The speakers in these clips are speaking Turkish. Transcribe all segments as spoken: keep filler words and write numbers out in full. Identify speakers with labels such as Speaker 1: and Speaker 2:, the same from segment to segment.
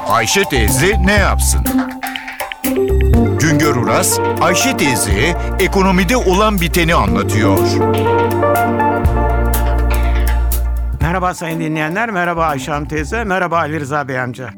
Speaker 1: Ayşe teyze ne yapsın? Güngör Uras, Ayşe teyzeye ekonomide olan biteni anlatıyor.
Speaker 2: Merhaba sayın dinleyenler, merhaba Ayşe Hanım teyze, merhaba Ali Rıza Bey amca.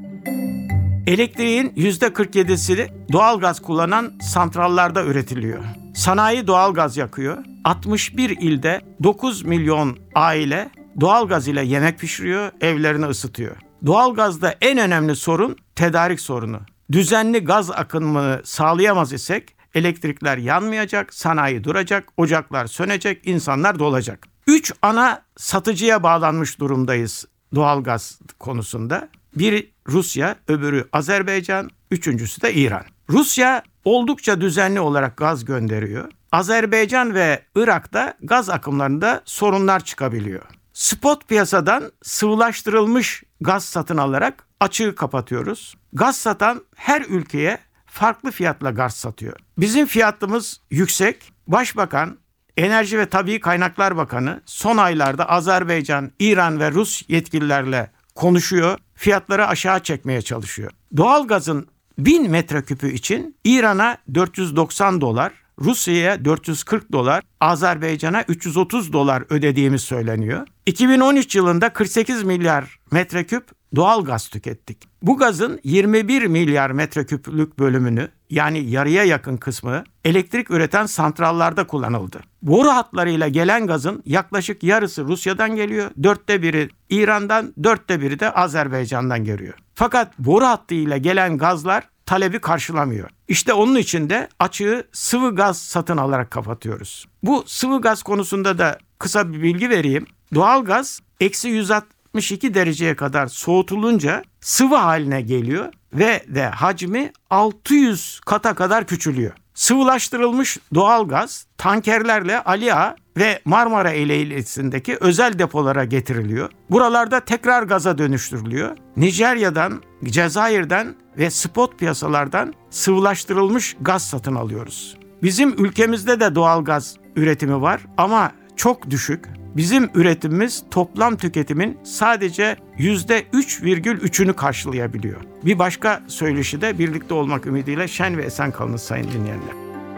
Speaker 2: Elektriğin yüzde kırk yedisi doğalgaz kullanan santrallarda üretiliyor. Sanayi doğalgaz yakıyor. altmış bir ilde dokuz milyon aile doğalgaz ile yemek pişiriyor, evlerini ısıtıyor. Doğalgazda en önemli sorun tedarik sorunu. Düzenli gaz akımını sağlayamaz isek elektrikler yanmayacak, sanayi duracak, ocaklar sönecek, insanlar dolacak. Üç ana satıcıya bağlanmış durumdayız doğalgaz konusunda. Biri Rusya, öbürü Azerbaycan, üçüncüsü de İran. Rusya oldukça düzenli olarak gaz gönderiyor. Azerbaycan ve Irak'ta gaz akımlarında sorunlar çıkabiliyor. Spot piyasadan sıvılaştırılmış gaz satın alarak açığı kapatıyoruz. Gaz satan her ülkeye farklı fiyatla gaz satıyor. Bizim fiyatımız yüksek. Başbakan, Enerji ve Tabii Kaynaklar Bakanı son aylarda Azerbaycan, İran ve Rus yetkililerle konuşuyor. Fiyatları aşağı çekmeye çalışıyor. Doğalgazın bin metreküpü için İran'a dört yüz doksan dolar, Rusya'ya dört yüz kırk dolar, Azerbaycan'a üç yüz otuz dolar ödediğimiz söyleniyor. iki bin on üç yılında kırk sekiz milyar metreküp doğal gaz tükettik. Bu gazın yirmi bir milyar metreküplük bölümünü, yani yarıya yakın kısmı elektrik üreten santrallarda kullanıldı. Boru hatlarıyla gelen gazın yaklaşık yarısı Rusya'dan geliyor, dörtte biri İran'dan, dörtte biri de Azerbaycan'dan geliyor. Fakat boru hattıyla gelen gazlar talebi karşılamıyor. İşte onun için de açığı sıvı gaz satın alarak kapatıyoruz. Bu sıvı gaz konusunda da kısa bir bilgi vereyim. Doğalgaz eksi yüz altmış iki dereceye kadar soğutulunca sıvı haline geliyor ve de hacmi altı yüz kata kadar küçülüyor. Sıvılaştırılmış doğalgaz tankerlerle Ali Ağa ve Marmara Eylesi'ndeki özel depolara getiriliyor. Buralarda tekrar gaza dönüştürülüyor. Nijerya'dan, Cezayir'den ve spot piyasalardan sıvılaştırılmış gaz satın alıyoruz. Bizim ülkemizde de doğalgaz üretimi var ama çok düşük. Bizim üretimimiz toplam tüketimin sadece yüzde üç virgül üçünü karşılayabiliyor. Bir başka söyleşi de birlikte olmak ümidiyle şen ve esen kalınız sayın dinleyenler.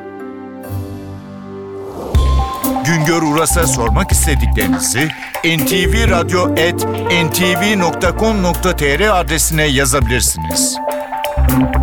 Speaker 1: Güngör Uras'a sormak istediklerinizi en ti vi radyo at en ti vi nokta com nokta tr adresine yazabilirsiniz.